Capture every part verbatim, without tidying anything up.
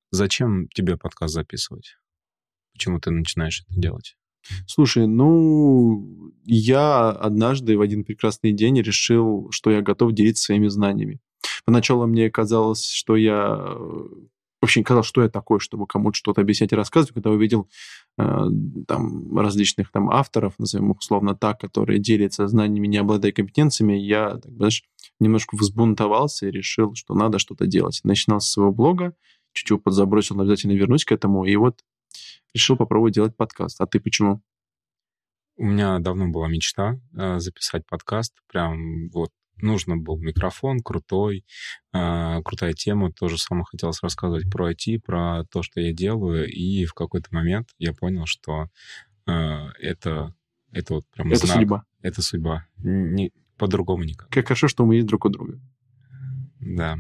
зачем тебе подкаст записывать? Почему ты начинаешь это делать? Слушай, ну, я однажды в один прекрасный день решил, что я готов делиться своими знаниями. Поначалу мне казалось, что я... Вообще не казалось, что я такой, чтобы кому-то что-то объяснять и рассказывать, когда увидел э, там, различных там, авторов, назовем их условно так, которые делятся знаниями, не обладая компетенциями, я, так, знаешь, немножко взбунтовался и решил, что надо что-то делать. Начинал с своего блога, чуть-чуть подзабросил, но обязательно вернусь к этому, и вот решил попробовать делать подкаст. А ты почему? У меня давно была мечта э, записать подкаст. Прям вот нужно был микрофон крутой, э, крутая тема. То же самое хотелось рассказывать про ай ти, про то, что я делаю. И в какой-то момент я понял, что э, это, это вот прям Это знак. судьба. Это судьба. Не, по-другому никак. Как хорошо, что мы есть друг у друга. Да.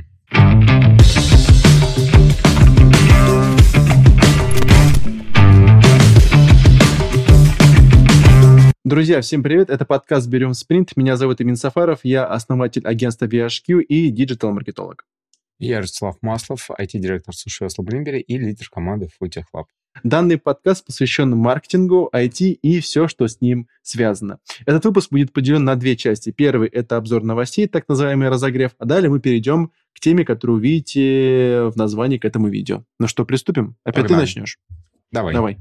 Друзья, всем привет! Это подкаст «Берем спринт». Меня зовут Эмин Сафаров, я основатель агентства ви эйч кью и диджитал-маркетолог. Я Ростислав Маслов, ай ти-директор Суши Осло Блимбери и лидер команды Foodtech Lab. Данный подкаст посвящен маркетингу, ай ти и все, что с ним связано. Этот выпуск будет поделен на две части. Первый – это обзор новостей, так называемый разогрев, а далее мы перейдем к теме, которую увидите в названии к этому видео. Ну что, приступим? Опять Погнали. Ты начнешь? Давай. Давай.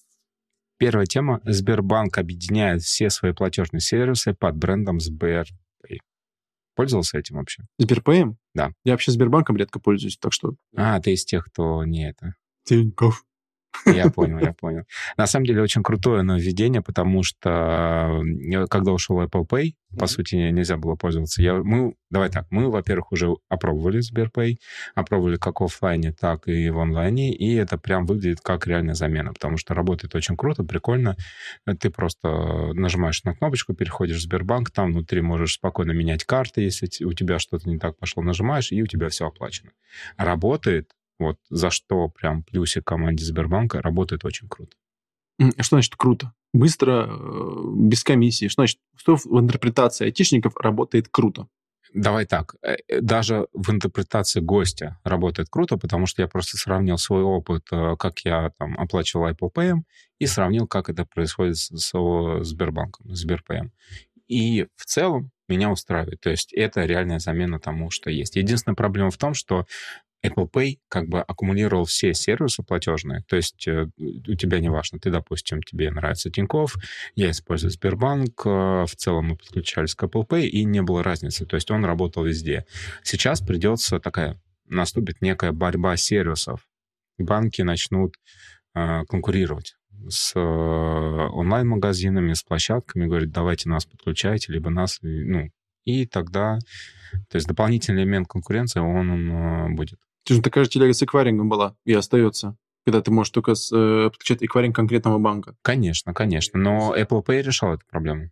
Первая тема. Сбербанк объединяет все свои платежные сервисы под брендом Сберпэй. Пользовался этим вообще? Сберпэем? Да. Я вообще Сбербанком редко пользуюсь, так что... А, ты из тех, кто не это... Тинькофф. Я понял, я понял. На самом деле очень крутое нововведение, потому что когда ушел Apple Pay, по сути, нельзя было пользоваться. Я, мы, давай так, мы, во-первых, уже опробовали Сберпэй, опробовали как в офлайне, так и в онлайне, и это прям выглядит как реальная замена, потому что работает очень круто, прикольно. Ты просто нажимаешь на кнопочку, переходишь в Сбербанк, там внутри можешь спокойно менять карты, если у тебя что-то не так пошло, нажимаешь, и у тебя все оплачено. Работает. Вот за что прям плюсик команде Сбербанка, работает очень круто. Что значит круто? Быстро, без комиссии. Что значит, что в интерпретации айтишников работает круто? Давай так. Даже в интерпретации гостя работает круто, потому что я просто сравнил свой опыт, как я там оплачивал Apple Pay, и сравнил, как это происходит с Сбербанком, Сберпэем. И в целом меня устраивает. То есть это реальная замена тому, что есть. Единственная проблема в том, что Apple Pay как бы аккумулировал все сервисы платежные, то есть э, у тебя не важно, ты, допустим, тебе нравится Тинькофф, я использую Сбербанк, э, в целом мы подключались к Apple Pay, и не было разницы, то есть он работал везде. Сейчас придется такая, наступит некая борьба сервисов. Банки начнут э, конкурировать с э, онлайн-магазинами, с площадками, говорят, давайте нас подключайте, либо нас, ну, и тогда, то есть дополнительный элемент конкуренции, он, он будет. Ты же такая же телега с эквайрингом была и остается, когда ты можешь только с, э, подключать эквайринг конкретного банка. Конечно, конечно, но Apple Pay решал эту проблему.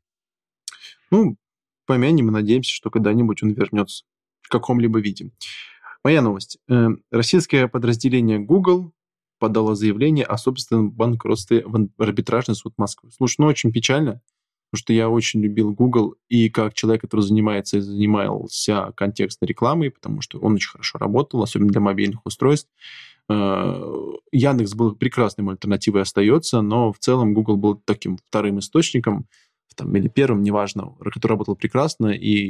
Ну, помянем и надеемся, что когда-нибудь он вернется в каком-либо виде. Моя новость. Э, российское подразделение Google подало заявление о собственном банкротстве в арбитражный суд Москвы. Слушай, ну очень печально, потому что я очень любил Google, и как человек, который занимается и занимался контекстной рекламой, потому что он очень хорошо работал, особенно для мобильных устройств. Яндекс был прекрасным альтернативой, остается, но в целом Google был таким вторым источником, там, или первым, неважно, который работал прекрасно,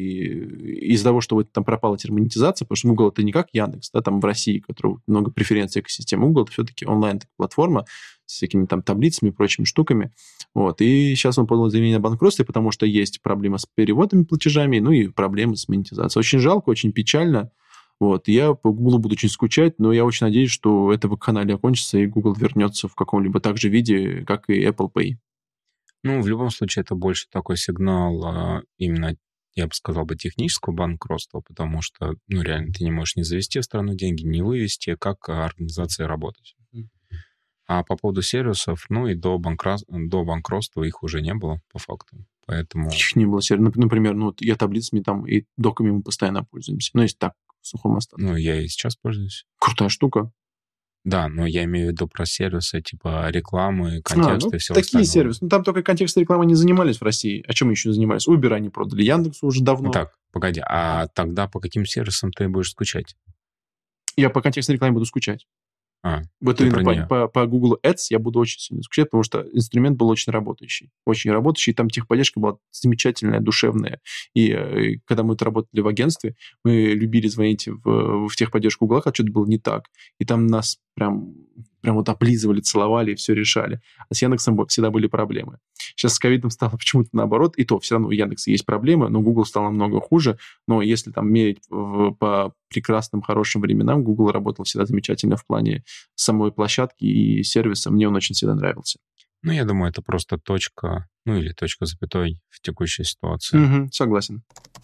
и из-за того, что вот там пропала термонетизация, потому что Google это не как Яндекс, да, там в России, у которого много преференций экосистемы, Google это все-таки онлайн-платформа с всякими там таблицами и прочими штуками. Вот. И сейчас он подал заявление о банкротстве, потому что есть проблема с переводами, платежами, ну и проблемы с монетизацией. Очень жалко, очень печально. Вот. Я по Google буду очень скучать, но я очень надеюсь, что это вакханалия окончится, и Google вернется в каком-либо так же виде, как и Apple Pay. Ну, в любом случае, это больше такой сигнал именно, я бы сказал бы, технического банкротства, потому что, ну, реально, ты не можешь не завести в страну деньги, не вывести, как организация работать. Mm. А по поводу сервисов, ну, и до, банкра... до банкротства их уже не было, по факту. Поэтому... Их не было сервисов. Например, ну, я таблицами там и доками мы постоянно пользуемся. Ну, если так, в сухом остатке. Ну, я и сейчас пользуюсь. Крутая штука. Да, но я имею в виду про сервисы, типа рекламы, контексты а, ну, и всего такие остального. сервисы. Ну, там только контекстной рекламой не занимались в России. А чем мы еще занимались? Uber они продали, Яндексу уже давно. Ну так, погоди, а тогда по каким сервисам ты будешь скучать? Я по контекстной рекламе буду скучать. А, Вот ты именно про по, неё. по, по Google Ads я буду очень сильно скучать, потому что инструмент был очень работающий. Очень работающий, и там техподдержка была замечательная, душевная. И, э, когда мы это работали в агентстве, мы любили звонить в, в техподдержку Google, а что-то было не так. И там нас прям, прям вот облизывали, целовали и все решали. А с Яндексом всегда были проблемы. Сейчас с ковидом стало почему-то наоборот, и то все равно у Яндекса есть проблемы, но Google стал намного хуже. Но если там мерить в, по прекрасным, хорошим временам, Google работал всегда замечательно в плане самой площадки и сервиса. Мне он очень всегда нравился. Ну, я думаю, это просто точка, ну, или точка запятой в текущей ситуации. Угу, согласен.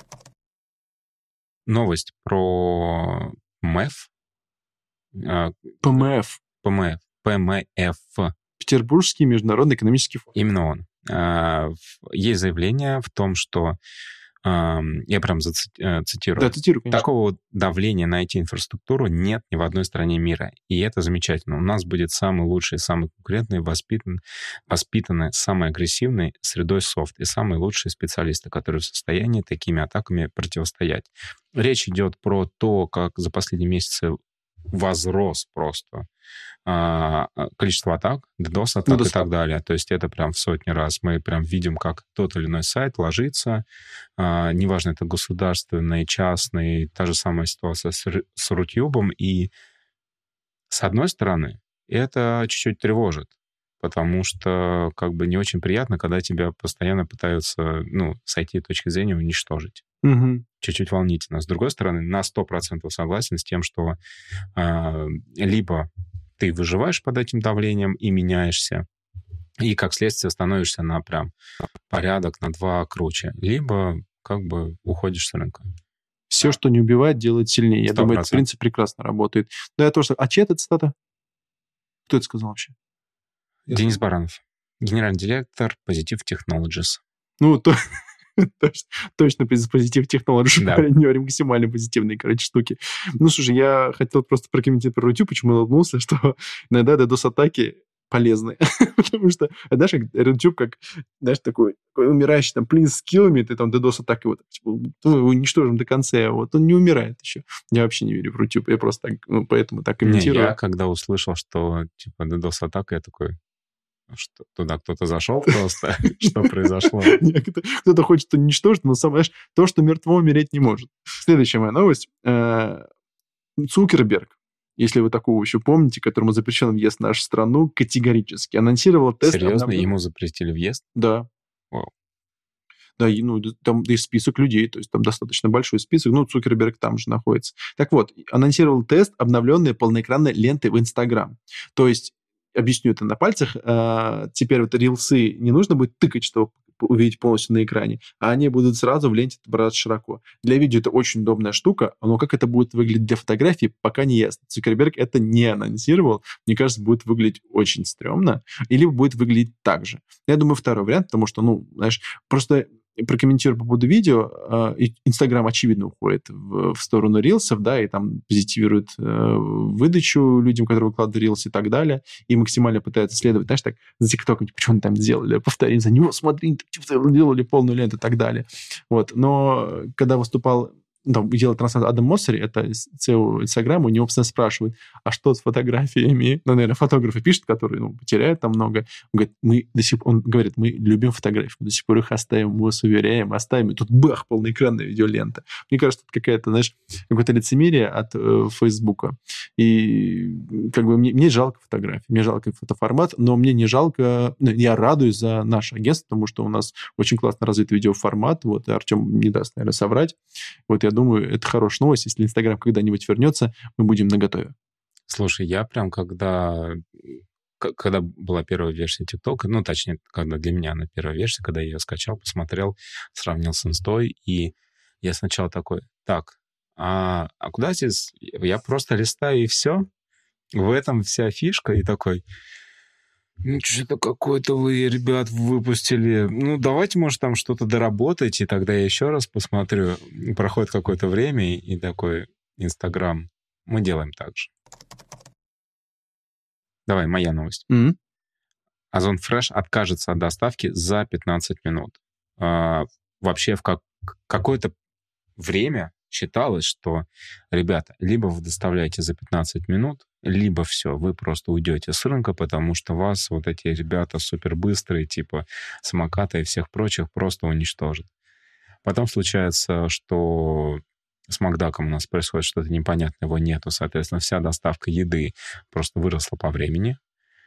Новость про МЭФ. а, ПМФ. ПМФ. ПМФ. Петербургский международный экономический форум. Именно он. А, в- Есть заявление в том, что ам, я прям зацитирую. Да, цитирую, конечно. Такого давления на ай ти-инфраструктуру нет ни в одной стране мира. И это замечательно. У нас будет самый лучший, самый конкурентный, воспитан, воспитанный, самый агрессивный средой софт и самые лучшие специалисты, которые в состоянии такими атаками противостоять. Речь идет про то, как за последние месяцы возрос просто а, количество атак, DDoS-атак DDoS. и так далее. То есть это прям в сотни раз. Мы прям видим, как тот или иной сайт ложится. А, неважно, это государственный, частный. Та же самая ситуация с, Ру- с Рутюбом. И с одной стороны, это чуть-чуть тревожит, потому что как бы не очень приятно, когда тебя постоянно пытаются, ну, с ай ти точки зрения уничтожить. Угу. Чуть-чуть волнительно. С другой стороны, на сто процентов согласен с тем, что а, либо ты выживаешь под этим давлением и меняешься, и как следствие становишься на прям порядок, на два круче, либо как бы уходишь с рынка. Все, что не убивает, делает сильнее. Я Сто думаю, этот процентов. принцип прекрасно работает. Да, я тоже... А чья это цитата? Кто это сказал вообще? Я Денис забыл. Баранов, генеральный директор Positive Technologies. Ну, то... точно, точно Positive Technology, Да. парень, говорим, максимально позитивные, короче, штуки. Ну, слушай, я хотел просто прокомментировать про Рутюб, почему я улыбнулся, что иногда DDoS-атаки полезны. Потому что, знаешь, как Рутюб, как, знаешь, такой, такой умирающий, там, плин с киллами, ты там DDoS-атакой вот, типа, ну, уничтожим до конца, вот он не умирает еще. Я вообще не верю в Рутюб, я просто так, ну, поэтому так Не, комментирую. я когда услышал, что типа DDoS-атака, я такой, что туда кто-то зашел просто, что произошло? Нет, кто- Кто-то хочет уничтожить, но самое, знаешь, то, что мертво умереть не может. Следующая моя новость. Э, Цукерберг, если вы такого еще помните, которому запрещен въезд в нашу страну, категорически анонсировал тест... Серьезно? обновлен- Ему запретили въезд? Да. Вау. Да, и, ну, д- там есть список людей, то есть там достаточно большой список, ну, Цукерберг там же находится. Так вот, анонсировал тест обновленной полноэкранной ленты в Инстаграм. То есть, объясню это на пальцах, э, теперь вот рилсы не нужно будет тыкать, чтобы увидеть полностью на экране, а они будут сразу в ленте отображаться широко. Для видео это очень удобная штука, но как это будет выглядеть для фотографий, пока не ясно. Цукерберг это не анонсировал. Мне кажется, будет выглядеть очень стрёмно, или будет выглядеть так же. Я думаю, второй вариант, потому что, ну, знаешь, просто прокомментирую по поводу видео. э, и Инстаграм, очевидно, уходит в, в сторону рилсов, да, и там позитивирует э, выдачу людям, которые выкладывают рилс и так далее, и максимально пытаются следовать, знаешь, так, за ТикТоком, типа, что они там сделали, повторим за него, смотри, типа, делали полную ленту и так далее. Вот. Но когда выступал, ну, там, делал трансляцию Адам Моссери, это си и о Инстаграма, у него постоянно спрашивают, а что с фотографиями? Ну, наверное, фотографы пишут, которые, ну, потеряют там много. Он говорит, мы до сих пор, он говорит, мы любим фотографии, мы до сих пор их оставим, мы вас уверяем, оставим. И тут бах, полноэкранная видеолента. Мне кажется, тут какая-то, знаешь, какое-то лицемерие от э, Фейсбука. И как бы мне, мне жалко фотографий, мне жалко фотоформат, но мне не жалко, ну, я радуюсь за наше агентство, потому что у нас очень классно развит видеоформат, вот, и Артем не даст, наверное, соврать. Вот, я думаю, это хорошая новость. Если Инстаграм когда-нибудь вернется, мы будем наготове. Слушай, я прям когда... к- Когда была первая версия ТикТока, ну, точнее, когда для меня она первая версия, когда я ее скачал, посмотрел, сравнил с инстой, и я сначала такой, так, а, а куда здесь? Я просто листаю, и все? В этом вся фишка, и такой... Ну, что-то какое-то вы, ребят, выпустили. Ну, давайте, может, там что-то доработать, и тогда я еще раз посмотрю. Проходит какое-то время, и такой Инстаграм. Мы делаем так же. Давай, моя новость. М. Озон Фреш откажется от доставки за пятнадцать минут. А, вообще в как- какое-то время считалось, что, ребята, либо вы доставляете за пятнадцать минут, либо все, вы просто уйдете с рынка, потому что вас вот эти ребята супербыстрые, типа самоката и всех прочих, просто уничтожат. Потом случается, что с Макдаком у нас происходит что-то непонятное, его нету, соответственно, вся доставка еды просто выросла по времени.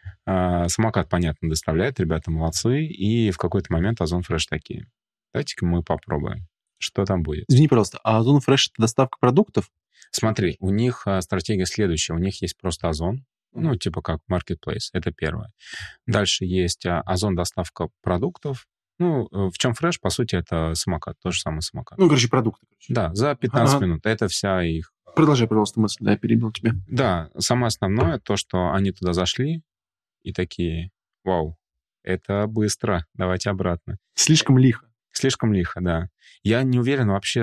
А, самокат, понятно, доставляет, ребята молодцы, и в какой-то момент Озон Фреш такие: давайте-ка мы попробуем, что там будет. Извини, пожалуйста, а Озон Фреш — это доставка продуктов? Смотри, у них а, стратегия следующая. У них есть просто Озон, ну, типа как Marketplace, это первое. Дальше есть а, Озон доставка продуктов. Ну, в чем Фреш, по сути, это самокат, тот же самый самокат. Ну, короче, продукты. Короче. Да, за пятнадцать Ага. минут. Это вся их... Продолжай, пожалуйста, мысль, да, я перебил тебя. Да, самое основное, то, что они туда зашли и такие: вау, это быстро, давайте обратно. Слишком лихо. Слишком лихо, да. Я не уверен вообще,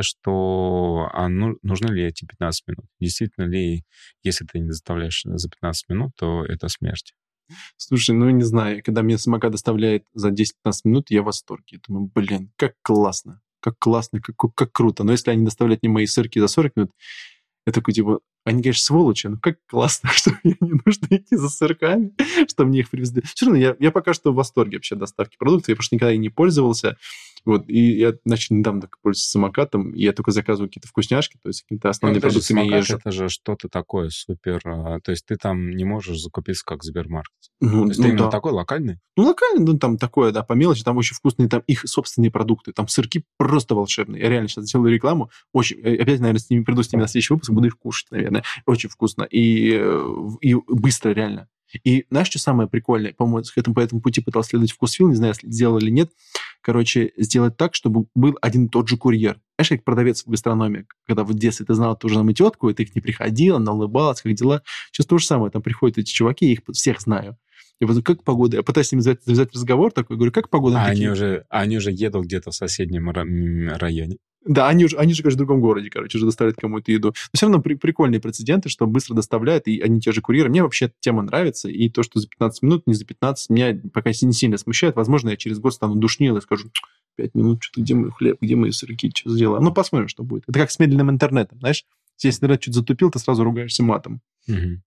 что а, ну, нужны ли эти пятнадцать минут. Действительно ли, если ты не доставляешь за пятнадцать минут, то это смерть. Слушай, ну не знаю, когда мне самокат доставляет за десять-пятнадцать минут, я в восторге. Я думаю, блин, как классно, как классно, как, как круто. Но если они доставляют мне мои сырки за сорок минут, я такой, типа, они, конечно, сволочи, но как классно, что мне не нужно идти за сырками, что мне их привезли. Все равно я, я пока что в восторге вообще от доставки продуктов, я просто никогда и не пользовался. Вот, и я, значит, недавно так пользуюсь самокатом, и я только заказываю какие-то вкусняшки, то есть какими-то основными Ну, продуктами самокат езжу. Это же что-то такое супер... а, То есть ты там не можешь закупиться, как в Сбермаркете. Ну, То есть ну ты именно да. такой локальный? Ну, локально, ну, там такое, да, по мелочи, там очень вкусные, там их собственные продукты, там сырки просто волшебные. Я реально сейчас делаю рекламу, очень, опять, наверное, с ними приду с ними на следующий выпуск, буду их кушать, наверное, очень вкусно и, и быстро, реально. И знаешь, что самое прикольное? По-моему, к этому, по этому пути пытался следовать Вкусвилл, не знаю, сделал или нет. Короче, сделать так, чтобы был один и тот же курьер. Знаешь, как продавец в гастрономии, когда в детстве ты знал ту же самую тетку, и ты к ней приходила, она улыбалась, как дела. Сейчас то же самое, там приходят эти чуваки, я их всех знаю. И вот как погода? Я пытаюсь с ними завязать, завязать разговор такой, говорю, как погода? А Они они такие, уже, они уже едут где-то в соседнем ра- районе. да, они уже, они же, конечно, в другом городе, короче, уже доставляют кому-то еду. Но все равно при, прикольные прецеденты, что быстро доставляют, и они те же курьеры. Мне вообще эта тема нравится, и то, что за пятнадцать минут, не за пятнадцать, меня пока не сильно смущает. Возможно, я через год стану душнил и скажу: пять минут, что-то, где мой хлеб, где мои сырки, что сделаем? Ну, посмотрим, что будет. Это как с медленным интернетом, знаешь? Если интернет чуть затупил, ты сразу ругаешься матом. Мгм.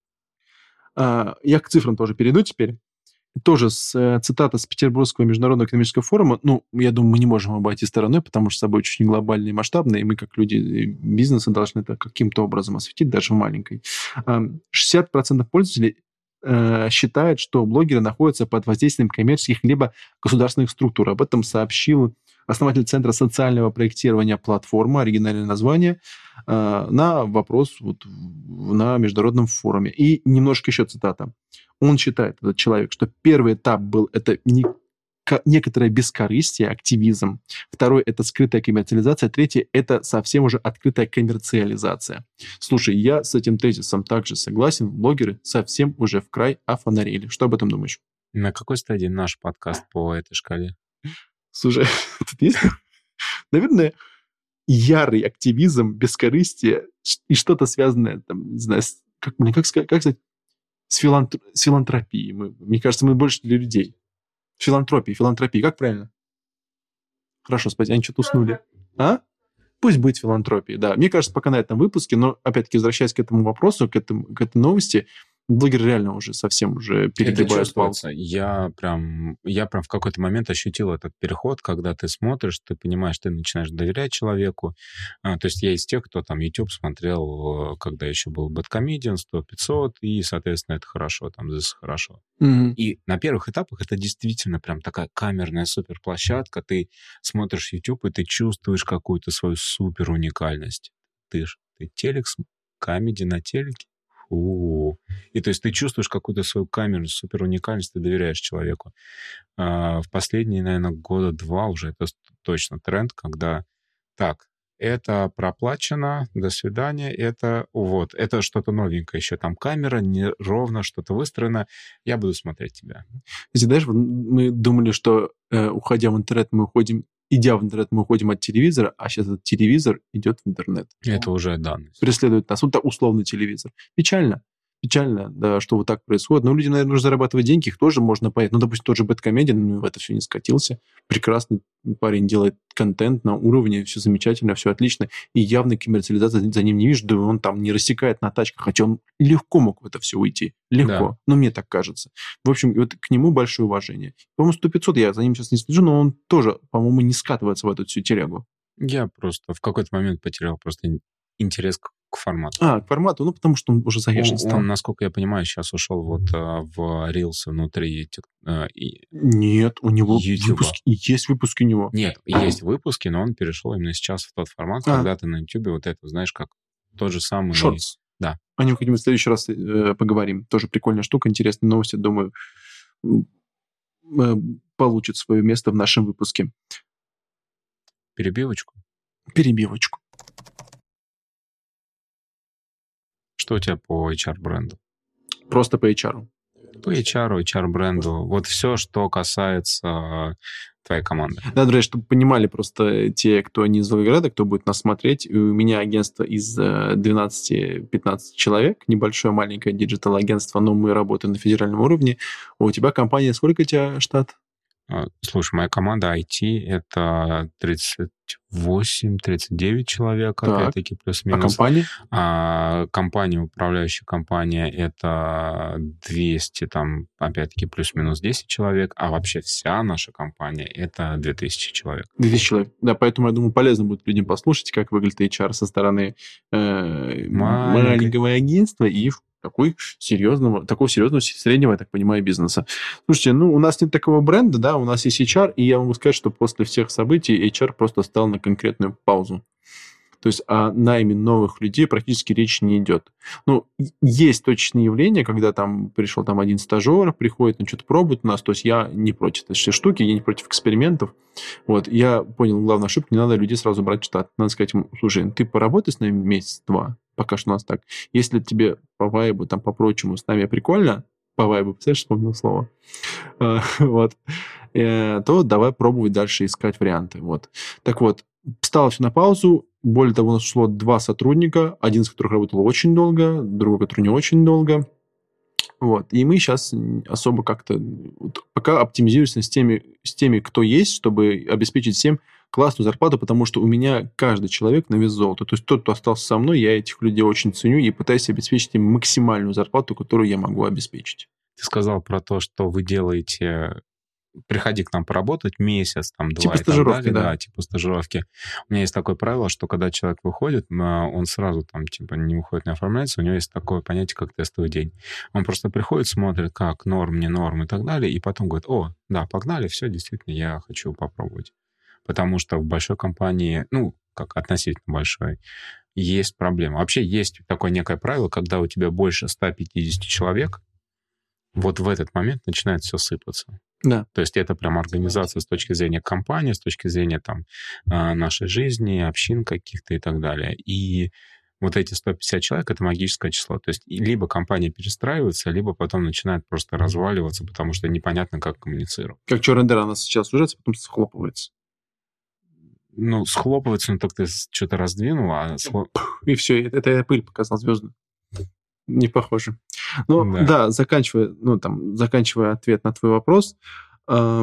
А, я к цифрам тоже перейду теперь. Тоже с, э, цитата с Петербургского международного экономического форума. Ну, я думаю, мы не можем обойти стороной, потому что собой очень глобальный и масштабный, и мы, как люди бизнеса, должны это каким-то образом осветить, даже в маленькой. А, шестьдесят процентов пользователей э, считают, что блогеры находятся под воздействием коммерческих либо государственных структур. Об этом сообщил основатель Центра социального проектирования платформы, оригинальное название, э, на вопрос вот, в- на международном форуме. И немножко еще цитата. Он считает, этот человек, что первый этап был это не, ко- некоторое бескорыстие, активизм. Второй – это скрытая коммерциализация. Третий – это совсем уже открытая коммерциализация. Слушай, я с этим тезисом также согласен. Блогеры совсем уже в край офонарели. Что об этом думаешь? На какой стадии наш подкаст по этой шкале? Слушай, тут есть, наверное, ярый активизм, бескорыстие ш- и что-то связанное, там, не знаю, с- как, блин, как, сказать, как сказать, с, филантр- с филантропией. Мы, мне кажется, мы больше для людей. Филантропия, филантропия, как правильно? Хорошо, спасибо, они что-то уснули. А? Пусть будет филантропией, да. Мне кажется, пока на этом выпуске, но, опять-таки, возвращаясь к этому вопросу, к, этому, к этой новости, блогеры реально уже совсем уже Это перегибают палку. чувствуется. Я прям, я прям в какой-то момент ощутил этот переход, когда ты смотришь, ты понимаешь, ты начинаешь доверять человеку. А, то есть я из тех, кто там YouTube смотрел, э, когда еще был Badcomedian, сто пятьсот, и, соответственно, это хорошо, там, здесь хорошо. Мгм. И на первых этапах это действительно прям такая камерная суперплощадка. Ты смотришь YouTube, и ты чувствуешь какую-то свою супер уникальность. Ты ж, ты телек, см- камеди на телеке. Фу. И то есть ты чувствуешь какую-то свою камеру, супер уникальность, ты доверяешь человеку. А, в последние, наверное, года два уже это с- точно тренд, когда так, это проплачено, до свидания, это вот, это что-то новенькое еще, там камера, неровно что-то выстроено, я буду смотреть тебя. Ты знаешь, вот мы думали, что э, уходя в интернет, мы уходим, идя в интернет, мы уходим от телевизора, а сейчас этот телевизор идет в интернет. Это уже данность. Преследует нас. Вот так условный телевизор. Печально. печально, да, что вот так происходит. Но людям, наверное, нужно зарабатывать деньги, их тоже можно понять. Ну, допустим, тот же Бэдкомедиан, ну, в это все не скатился. Прекрасный парень делает контент на уровне, все замечательно, все отлично. И явной коммерциализации за ним не вижу, да он там не рассекает на тачках, хотя он легко мог в это все уйти. Легко. Да. Ну, мне так кажется. В общем, вот к нему большое уважение. По-моему, сто пятьсот, я за ним сейчас не слежу, но он тоже, по-моему, не скатывается в эту всю телегу. Я просто в какой-то момент потерял просто интерес к, к формату. А, к формату, ну, потому что он уже заезжен он, стал. Он, насколько я понимаю, сейчас ушел вот а, в Reels внутри... А, и... Нет, у него выпуски, есть выпуски у него. Нет, есть выпуски, но он перешел именно сейчас в тот формат, а. когда ты на YouTube вот это, знаешь, как тот же самый... Шортс. Да. О нем как-нибудь в следующий раз э, поговорим. Тоже прикольная штука, интересные новости, думаю, э, получит свое место в нашем выпуске. Перебивочку? Перебивочку. Что у тебя по эйч ар-бренду? Просто по эйч ар. По эйч ар, эйч ар-бренду. Вот все, что касается твоей команды. Да, друзья, чтобы понимали просто те, кто не из Волгограда, кто будет нас смотреть. У меня агентство из двенадцати-пятнадцати человек, небольшое, маленькое диджитал-агентство, но мы работаем на федеральном уровне. У тебя компания, сколько у тебя штат? Слушай, моя команда ай ти — это тридцать восемь тридцать девять человек, так. Опять-таки, плюс-минус. А компания? А компания, управляющая компания, это двести, там, опять-таки, плюс-минус десять человек, а вообще вся наша компания — это две тысячи человек. две тысячи человек. Да, поэтому, я думаю, полезно будет людям послушать, как выглядит эйч ар со стороны э, маленького агентства и такой серьезного, такого серьезного среднего, я так понимаю, бизнеса. Слушайте, ну, у нас нет такого бренда, да, у нас есть эйч ар, и я могу сказать, что после всех событий эйч ар просто стал на конкретную паузу. То есть о найме новых людей практически речи не идет. Ну, есть точные явления, когда там пришел там один стажер, приходит, ну, что-то пробует у нас, то есть я не против этой все штуки, я не против экспериментов. Вот, я понял главную ошибку, не надо людей сразу брать в штат. Надо сказать ему, слушай, ты поработай с нами месяц-два, пока что у нас так. Если тебе по вайбу, там, по-прочему с нами прикольно, по вайбу, представляешь, вспомнил слово, вот, то давай пробовать дальше искать варианты. Вот. Так вот, стало все на паузу. Более того, у нас ушло два сотрудника, один из которых работал очень долго, другой, который не очень долго. Вот. И мы сейчас особо как-то пока оптимизируемся с теми, с теми, кто есть, чтобы обеспечить всем классную зарплату, потому что у меня каждый человек на вес золота. То есть тот, кто остался со мной, я этих людей очень ценю и пытаюсь обеспечить им максимальную зарплату, которую я могу обеспечить. Ты сказал про то, что вы делаете... Приходи к нам поработать месяц, там, два типа и так стажировки, далее. Да. да, типа стажировки. У меня есть такое правило, что когда человек выходит, он сразу там, типа, не выходит, не оформляется, у него есть такое понятие, как тестовый день. Он просто приходит, смотрит, как норм, не норм и так далее, и потом говорит, о, да, погнали, все, действительно, я хочу попробовать. Потому что в большой компании, ну, как относительно большой, есть проблема. Вообще есть такое некое правило, когда у тебя больше ста пятидесяти человек, вот в этот момент начинает все сыпаться. Да. То есть это прям организация с точки зрения компании, с точки зрения там нашей жизни, общин каких-то и так далее. И вот эти сто пятьдесят человек — это магическое число. То есть либо компания перестраивается, либо потом начинает просто разваливаться, потому что непонятно, как коммуницировать. Как черная дыра, она сейчас ужается, потом схлопывается. Ну, схлопывается, ну так ты что-то раздвинул, а... Схлоп... И все, это я пыль показал звездную. Не похоже. Ну, да. да, заканчивая, ну, там, заканчивая ответ на твой вопрос, э,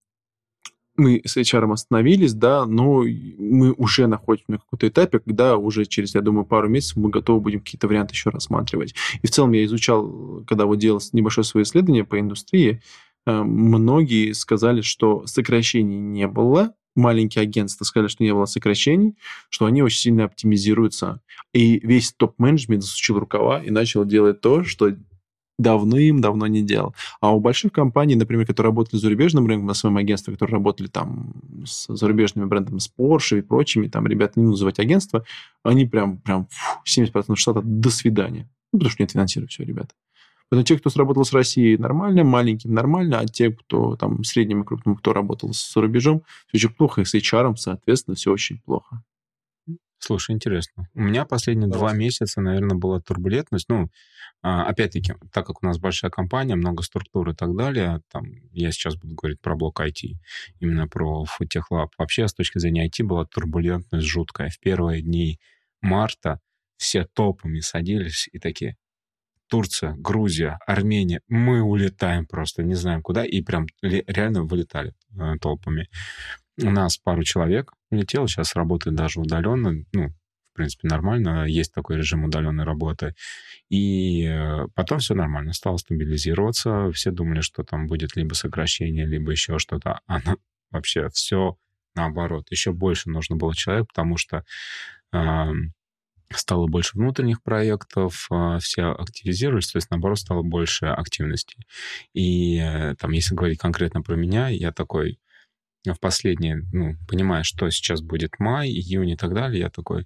мы с эйч ар остановились, да, но мы уже находимся на каком-то этапе, когда уже через, я думаю, пару месяцев мы готовы будем какие-то варианты еще рассматривать. И в целом я изучал, когда вот делал небольшое свое исследование по индустрии, э, многие сказали, что сокращений не было, маленькие агентства сказали, что не было сокращений, что они очень сильно оптимизируются. И весь топ-менеджмент засучил рукава и начал делать то, что давным-давно не делал. А у больших компаний, например, которые работали с зарубежным рынком, на своем агентстве, которые работали там с зарубежными брендами, с Porsche и прочими, там, ребята, не называть агентство, они прям, прям фу, семьдесят процентов штата до свидания. Ну, потому что нет финансирования, все, ребята. Поэтому те, кто сработал с Россией, нормально, маленьким нормально, а те, кто там средним и крупным, кто работал с рубежом, все очень плохо, и с эйч ар, соответственно, все очень плохо. Слушай, интересно. У меня последние Давай. два месяца, наверное, была турбулентность. Ну, опять-таки, так как у нас большая компания, много структур и так далее, там, я сейчас буду говорить про блок ай ти, именно про FoodTech Lab. Вообще, с точки зрения ай ти была турбулентность жуткая. В первые дни марта все топами садились и такие, Турция, Грузия, Армения. Мы улетаем просто, не знаем куда, и прям реально вылетали э, толпами. У нас пару человек улетело, сейчас работает даже удаленно, ну, в принципе, нормально, есть такой режим удаленной работы. И э, потом все нормально, стало стабилизироваться, все думали, что там будет либо сокращение, либо еще что-то, а на... вообще все наоборот. Еще больше нужно было человек, потому что э, стало больше внутренних проектов, все активизировались, то есть, наоборот, стало больше активности. И там, если говорить конкретно про меня, я такой в последние, ну, понимая, что сейчас будет май, июнь и так далее, я такой,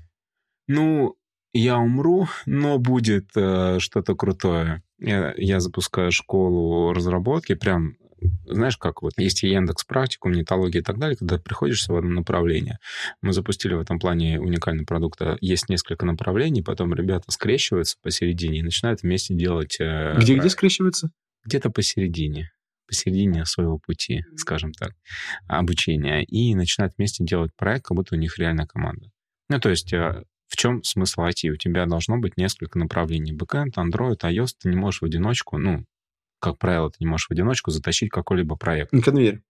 ну, я умру, но будет э, что-то крутое. Я, я запускаю школу разработки, прям знаешь, как вот есть Яндекс практикум, нетология и так далее, когда приходишь в одно направление. Мы запустили в этом плане уникальный продукт. Есть несколько направлений, потом ребята скрещиваются посередине и начинают вместе делать... Где, где скрещиваются? Где-то посередине. Посередине своего пути, скажем так, обучения. И начинают вместе делать проект, как будто у них реальная команда. Ну, то есть... В чем смысл ай ти? У тебя должно быть несколько направлений. Бэкэнд, Android, iOS. Ты не можешь в одиночку, ну, как правило, ты не можешь в одиночку затащить какой-либо проект. Не конвейер.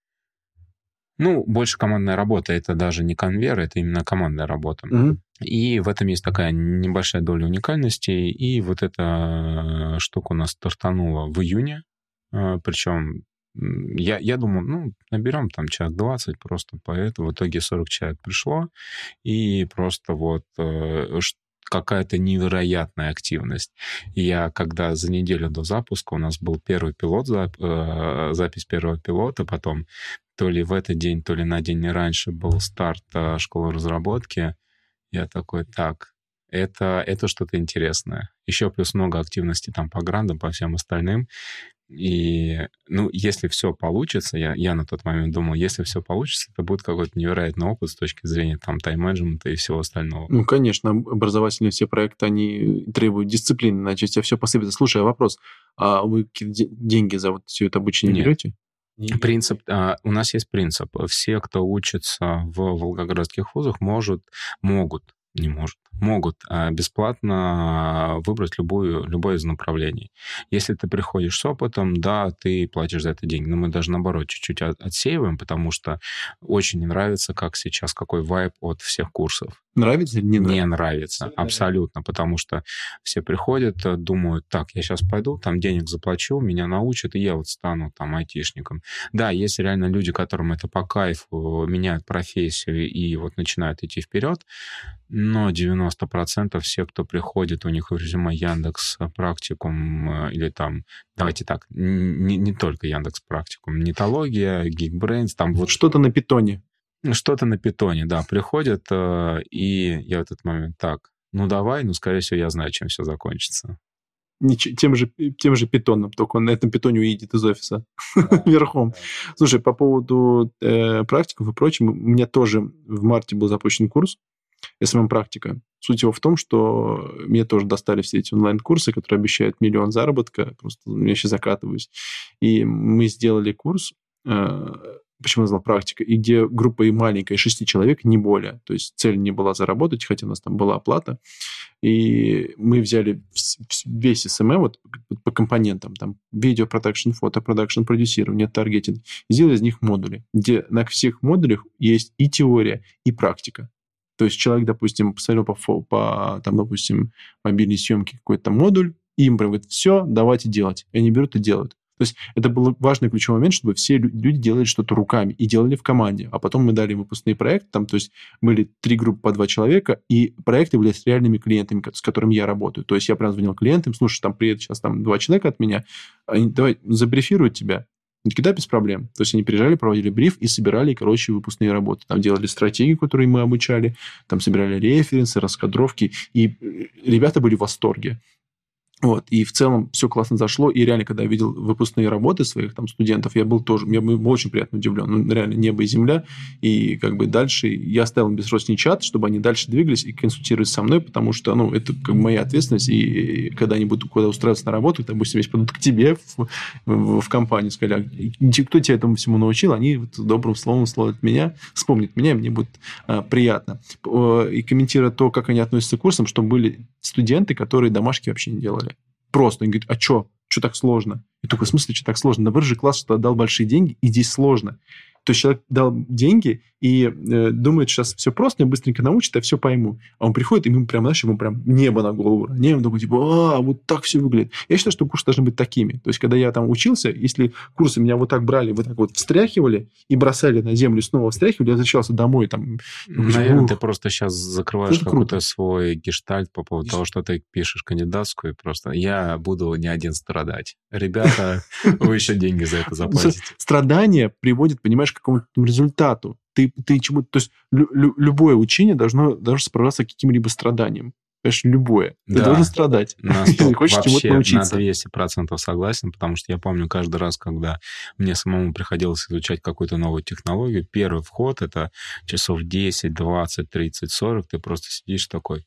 Ну, больше командная работа. Это даже не конвейер, это именно командная работа. Угу. И в этом есть такая небольшая доля уникальности. И вот эта штука у нас стартанула в июне. Причем я, я думал, ну, наберем там человек двадцать просто по этому. В итоге сорок человек пришло. И просто вот какая-то невероятная активность. И я, когда за неделю до запуска у нас был первый пилот, запись первого пилота, потом то ли в этот день, то ли на день раньше был старт школы разработки, я такой, так, это, это что-то интересное. Еще плюс много активности там по грантам, по всем остальным. И, ну, если все получится, я, я на тот момент думал, если все получится, это будет какой-то невероятный опыт с точки зрения там тайм-менеджмента и всего остального. Ну, конечно, образовательные все проекты, они требуют дисциплины, иначе тебя все посыпется. Слушай, а вопрос, а вы какие-то деньги за вот все это обучение Нет. берете? Принцип, а, у нас есть принцип. Все, кто учится в волгоградских вузах, может, могут, не может, могут бесплатно выбрать любую, любое из направлений. Если ты приходишь с опытом, да, ты платишь за это деньги. Но мы даже, наоборот, чуть-чуть отсеиваем, потому что очень не нравится, как сейчас, какой вайб от всех курсов. Нравится или не нравится? Не нравится, абсолютно, потому что все приходят, думают, так, я сейчас пойду, там денег заплачу, меня научат, и я вот стану там айтишником. Да, есть реально люди, которым это по кайфу, меняют профессию и вот начинают идти вперед, но девяносто процентов все, кто приходит, у них в резюме Яндекс практикум или там, давайте так, не, не только Яндекс практикум, нетология, Geekbrains, там вот... Что-то на питоне. Что-то на питоне, да, приходят, и я в этот момент, так, ну давай, ну, скорее всего, я знаю, чем все закончится. Тем же, тем же питоном, только он на этом питоне уедет из офиса да, верхом. Да. Слушай, по поводу э, практиков и прочего, у меня тоже в марте был запущен курс эс эм эм-практика. Суть его в том, что мне тоже достали все эти онлайн-курсы, которые обещают миллион заработка, просто я сейчас закатываюсь. И мы сделали курс, э, почему я назвал практика, и где группа и маленькая, шести человек, не более. То есть цель не была заработать, хотя у нас там была оплата. И мы взяли весь эс эм эм вот, по компонентам, там, видео-продакшн, фото-продакшн, продюсирование, таргетинг, и сделали из них модули, где на всех модулях есть и теория, и практика. То есть человек, допустим, посмотрел по, по там, допустим, мобильной съемке какой-то модуль, и им прям говорит, все, давайте делать. И они берут и делают. То есть это был важный ключевой момент, чтобы все люди делали что-то руками и делали в команде. А потом мы дали выпускные проекты, там, то есть были три группы по два человека, и проекты были с реальными клиентами, с которыми я работаю. То есть я прям звонил клиентам, слушай, там приедет сейчас там два человека от меня, они, давай забрифируют тебя. Они такие, да, без проблем. То есть они приезжали, проводили бриф и собирали, короче, выпускные работы. Там делали стратегии, которые мы обучали, там собирали референсы, раскадровки, и ребята были в восторге. Вот, и в целом все классно зашло, и реально, когда я видел выпускные работы своих там студентов, я был тоже, я был очень приятно удивлен, ну, реально небо и земля, и как бы дальше я оставил им бессрочный чат, чтобы они дальше двигались и консультировались со мной, потому что, ну, это как бы моя ответственность, и когда они будут куда устраиваться на работу, допустим, если придут к тебе в, в, в компанию, сказали, а кто тебя этому всему научил, они вот добрым словом словят меня, вспомнят меня, и мне будет а, приятно. И комментируя то, как они относятся к курсам, что были студенты, которые домашки вообще не делали. просто. Он говорит, а что? Что так сложно? Я такой, в смысле, что так сложно? Наоборот же класс, что отдал большие деньги, и здесь сложно. То есть человек дал деньги и э, думает, сейчас все просто, я быстренько научит, я все пойму. А он приходит, и ему прям, знаешь, ему прям небо на голову. Не, он такой, типа, а, вот так все выглядит. Я считаю, что курсы должны быть такими. То есть, когда я там учился, если курсы меня вот так брали, вот так вот встряхивали и бросали на землю, снова встряхивали, я возвращался домой. Там, наверное, ух, ты просто сейчас закрываешь какой-то круто. свой гештальт по поводу того, что ты пишешь кандидатскую, и просто я буду не один страдать. Ребята, вы еще деньги за это заплатите. Страдание приводит, понимаешь, к какому-то результату. Ты, ты чему-то... То есть лю- лю- любое учение должно, должно сопровождаться каким-либо страданием. Понимаешь, любое. Ты да. должен страдать. Если хочешь чему-то научиться. На двести процентов согласен, потому что я помню каждый раз, когда мне самому приходилось изучать какую-то новую технологию, первый вход — это часов десять, двадцать, тридцать, сорок, ты просто сидишь такой...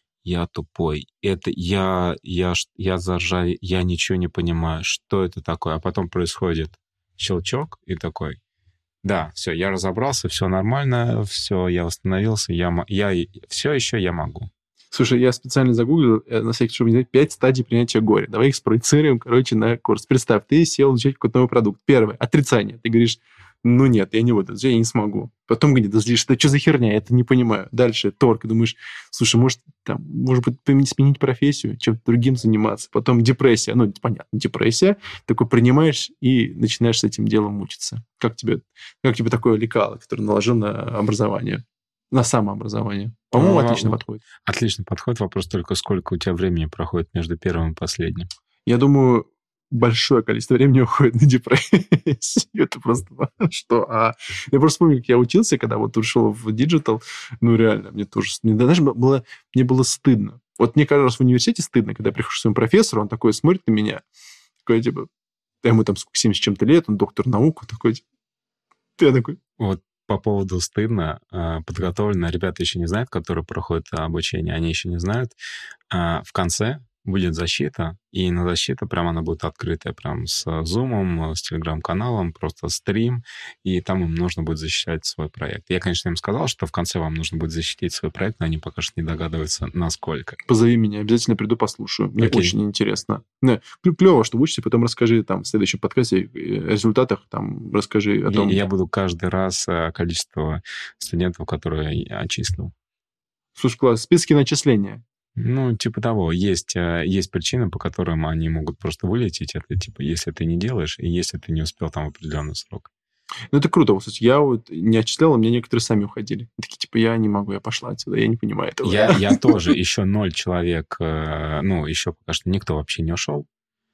Я тупой. Это я, я, я заржаве, я ничего не понимаю. Что это такое? А потом происходит щелчок и такой. Да, все, я разобрался, все нормально, все, я восстановился, я, я все еще я могу. Слушай, я специально загуглил, на всякий случай, не знаю, пять стадий принятия горя. Давай их спроецируем, короче, на курс. Представь, ты сел изучать какой-то новый продукт. Первое — отрицание. Ты говоришь, ну нет, я не буду, я не смогу. Потом говорит, да что, что за херня, я это не понимаю. Дальше торг, думаешь, слушай, может, там, может быть, сменить профессию, чем-то другим заниматься. Потом депрессия, ну, понятно, депрессия. Такой принимаешь и начинаешь с этим делом мучиться. Как тебе, как тебе такое лекало, которое наложил на образование, на самообразование? По-моему, ну, отлично подходит. Отлично подходит. Вопрос только, сколько у тебя времени проходит между первым и последним? Я думаю... большое количество времени уходит на депрессию. Это просто что? А я просто помню, как я учился, когда вот ушел в диджитал. Ну, реально, мне тоже... Мне, знаешь, было, мне было стыдно. Вот мне каждый раз в университете стыдно, когда я прихожу к своему профессору, он такой смотрит на меня, такой, типа, ему там семьдесят с чем-то лет, он доктор наук, он такой... Я такой... Вот по поводу стыдно, подготовлено, ребята еще не знают, которые проходят обучение, они еще не знают. В конце будет защита, и на защиту прям она будет открытая, прям с зумом, с телеграм-каналом, просто стрим, и там им нужно будет защищать свой проект. Я, конечно, им сказал, что в конце вам нужно будет защитить свой проект, но они пока что не догадываются, насколько. Позови меня, обязательно приду, послушаю. Мне okay. очень интересно. Не, клево, что учишься, потом расскажи там в следующем подкасте о результатах, там расскажи о том... И я буду каждый раз количество студентов, которые я отчислил. Слушай, класс, списки начисления. Ну, типа того. Есть, есть причины, по которым они могут просто вылететь. Это типа, если ты не делаешь, и если ты не успел там в определенный срок. Ну, это круто. Кстати, я вот не отчислял, а мне некоторые сами уходили. Такие, типа, я не могу, я пошла отсюда, я не понимаю этого. Я, я тоже. Еще ноль человек, ну, еще пока что никто вообще не ушел.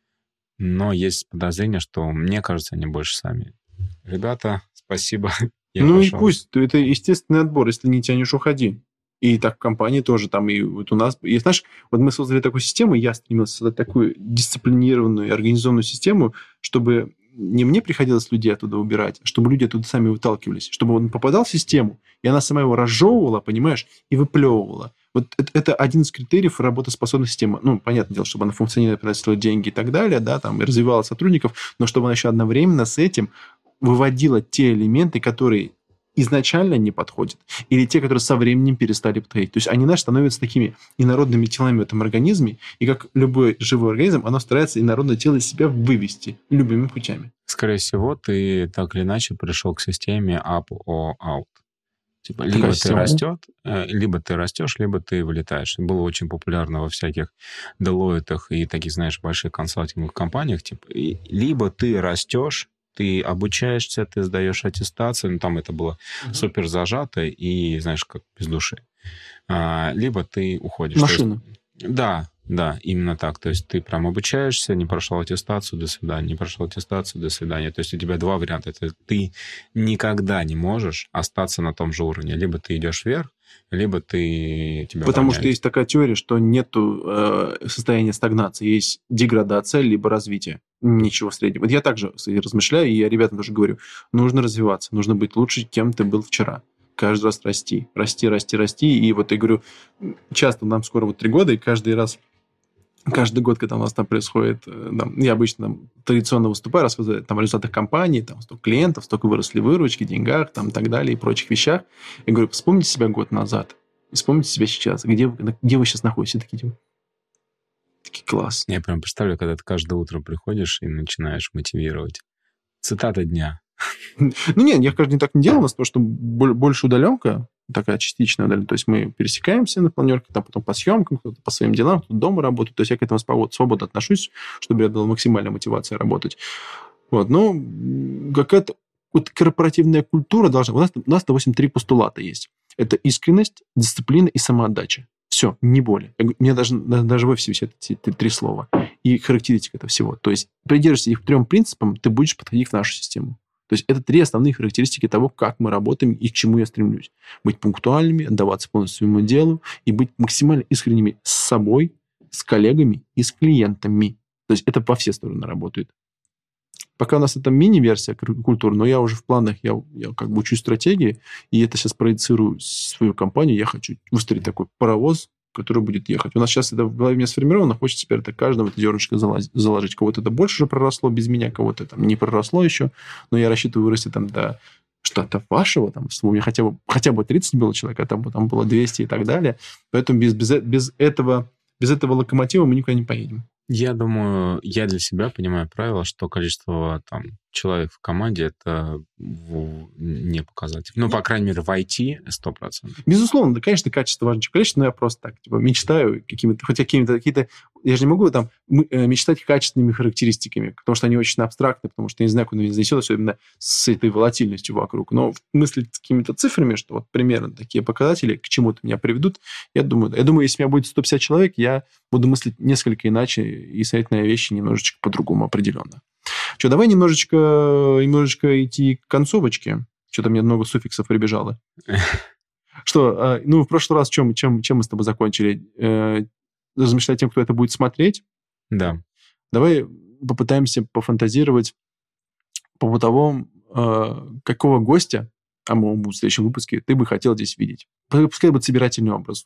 Но есть подозрение, что, мне кажется, они больше сами. Ребята, спасибо. Я ну пошел. И пусть. Это естественный отбор. Если не тянешь, уходи. И так в компании тоже, там, и вот у нас... И, знаешь, вот мы создали такую систему, я стремился создать такую дисциплинированную и организованную систему, чтобы не мне приходилось людей оттуда убирать, а чтобы люди оттуда сами выталкивались, чтобы он попадал в систему, и она сама его разжевывала, понимаешь, и выплевывала. Вот это, это один из критериев работоспособной системы. Ну, понятное дело, чтобы она функционировала, приносила деньги и так далее, да, там, и развивала сотрудников, но чтобы она еще одновременно с этим выводила те элементы, которые... изначально не подходят, или те, которые со временем перестали подходить. То есть они, знаешь, становятся такими инородными телами в этом организме, и как любой живой организм, оно старается инородное тело из себя вывести любыми путями. Скорее всего, ты так или иначе пришел к системе up or out. Типа, либо ты, растет, либо ты растешь, либо ты вылетаешь. Было очень популярно во всяких Deloitte'ах и таких, знаешь, больших консалтинговых компаниях. Типа, либо ты растешь, ты обучаешься, ты сдаешь аттестацию, ну, там это было uh-huh. супер зажато и, знаешь, как без души. А, либо ты уходишь. Машина. Есть, да, да, именно так. То есть ты прям обучаешься, не прошел аттестацию, до свидания, не прошел аттестацию, до свидания. То есть у тебя два варианта. Это ты никогда не можешь остаться на том же уровне. Либо ты идешь вверх, либо ты... Тебя Потому воняет. Что есть такая теория, что нет э, состояния стагнации. Есть деградация, либо развитие. Ничего среднего. Вот я также размышляю, и я ребятам тоже говорю, нужно развиваться, нужно быть лучше, кем ты был вчера. Каждый раз расти, расти, расти, расти. И вот я говорю, часто нам скоро вот три года, и каждый раз, каждый год, когда у нас там происходит, там, я обычно там, традиционно выступаю, рассказываю там, о результатах компании, там, столько клиентов, столько выросли выручки, деньгах, там, и так далее, и прочих вещах. Я говорю, вспомните себя год назад, и вспомните себя сейчас, где вы, где вы сейчас находитесь. И такие, Такий класс. Я прям представляю, когда ты каждое утро приходишь и начинаешь мотивировать. Цитата дня. Ну, нет, я каждый день так не делал, у нас просто больше удаленка, такая частичная удаленка. То есть мы пересекаемся на планерке, там потом по съемкам, кто-то по своим делам, кто-то дома работает. То есть я к этому свободно отношусь, чтобы я дал максимальная мотивация работать. Вот, ну, какая-то вот корпоративная культура должна... У нас, у нас, допустим, три постулата есть. Это искренность, дисциплина и самоотдача. Все, не более. Мне даже, даже в офисе висят эти три слова. И характеристика этого всего. То есть, придерживаясь их трем принципам, ты будешь подходить в нашу систему. То есть, это три основные характеристики того, как мы работаем и к чему я стремлюсь. Быть пунктуальными, отдаваться полностью своему делу и быть максимально искренними с собой, с коллегами и с клиентами. То есть, это по все стороны работает. Пока у нас это мини-версия культуры, но я уже в планах, я, я как бы учусь стратегии, и это сейчас проецирую свою компанию. Я хочу выстроить такой паровоз, который будет ехать. У нас сейчас это в голове у меня сформировано, хочется теперь это каждому это зернышко заложить. Кого-то это больше уже проросло без меня, кого-то там не проросло еще, но я рассчитываю вырасти там до штата вашего, там, у меня хотя бы, хотя бы тридцать было человек, а там, там было двести и так далее. Поэтому без, без, без, этого, без этого локомотива мы никуда не поедем. Я думаю, я для себя понимаю правило, что количество там, человек в команде – это не показатель. Ну, по крайней мере, в ай ти сто процентов. Безусловно, да, конечно, качество важнее, чем количество, но я просто так типа, мечтаю какими-то, хоть какими-то какие-то... Я же не могу там мечтать качественными характеристиками, потому что они очень абстрактны, потому что я не знаю, куда меня занесет, особенно с этой волатильностью вокруг. Но мыслить какими-то цифрами, что вот примерно такие показатели к чему-то меня приведут, я думаю, я думаю, если у меня будет сто пятьдесят человек, я буду мыслить несколько иначе и смотреть на вещи немножечко по-другому определенно. Что, давай немножечко, немножечко идти к концовочке. Что-то мне много суффиксов прибежало. Что, ну, в прошлый раз чем, чем, чем мы с тобой закончили? Размышлять тем, кто это будет смотреть? Да. Давай попытаемся пофантазировать по бытовому, какого гостя, а мы будем в следующем выпуске, ты бы хотел здесь видеть. Пускай будет собирательный образ.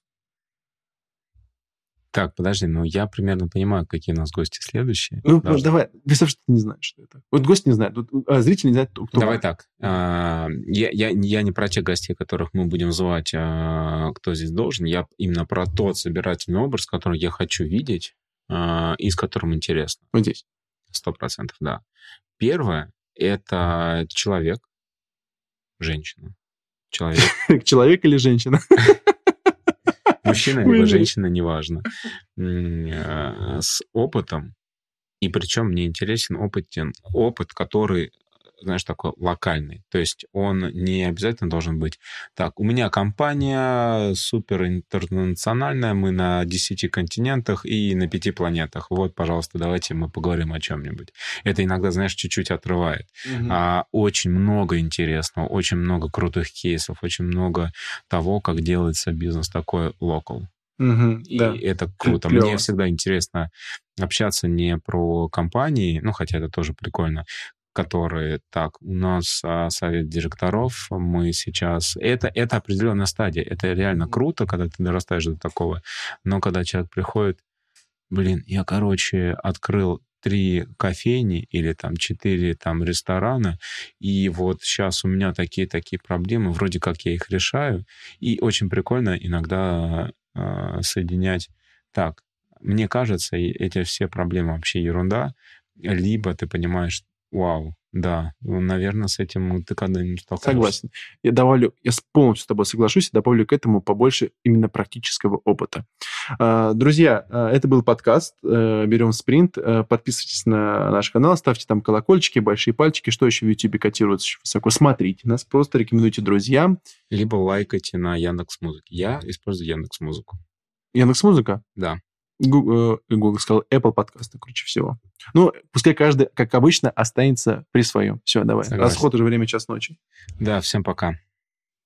Так, подожди, ну я примерно понимаю, какие у нас гости следующие. Ну, Должны. Давай, представь, что ты не знаешь, что это. Вот гость не знает, а зритель не знает, кто. Давай будет. Так. Я, я, я не про тех гостей, которых мы будем звать, кто здесь должен. Я именно про тот собирательный образ, который я хочу видеть и с которым интересно. Вот здесь. Сто процентов, да. Первое – это человек, женщина. Человек. Человек или женщина? Мужчина либо женщина, неважно, с опытом, и причем мне интересен опытен, опыт, который, знаешь, такой локальный. То есть он не обязательно должен быть так, у меня компания супер интернациональная, мы на десяти континентах и на пяти планетах. Вот, пожалуйста, давайте мы поговорим о чем-нибудь. Это иногда, знаешь, чуть-чуть отрывает. Mm-hmm. А, очень много интересного, очень много крутых кейсов, очень много того, как делается бизнес такой локал. Mm-hmm, и да. это круто. Клево. Мне всегда интересно общаться не про компании, ну, хотя это тоже прикольно, которые, так, у нас а, совет директоров, мы сейчас... Это, это определенная стадия, это реально круто, когда ты дорастаешь до такого, но когда человек приходит, блин, я, короче, открыл три кофейни или там четыре там ресторана, и вот сейчас у меня такие-такие проблемы, вроде как я их решаю, и очень прикольно иногда э, соединять. Так, мне кажется, эти все проблемы вообще ерунда, либо ты понимаешь, вау, да, ну, наверное, с этим ты когда-нибудь столкнешься. Согласен. Я добавлю, я полностью с тобой соглашусь, и добавлю к этому побольше именно практического опыта. Друзья, это был подкаст «Берем спринт». Подписывайтесь на наш канал, ставьте там колокольчики, большие пальчики. Что еще в YouTube котируется очень высоко? Смотрите нас, просто рекомендуйте друзьям. Либо лайкайте на Яндекс.Музыке. Я использую Яндекс.Музыку. Яндекс.Музыка? Да. Google, Google сказал, Apple подкасты, круче всего. Ну, пускай каждый, как обычно, останется при своем. Все, давай. Согласен. Расход уже время час ночи. Да, всем пока.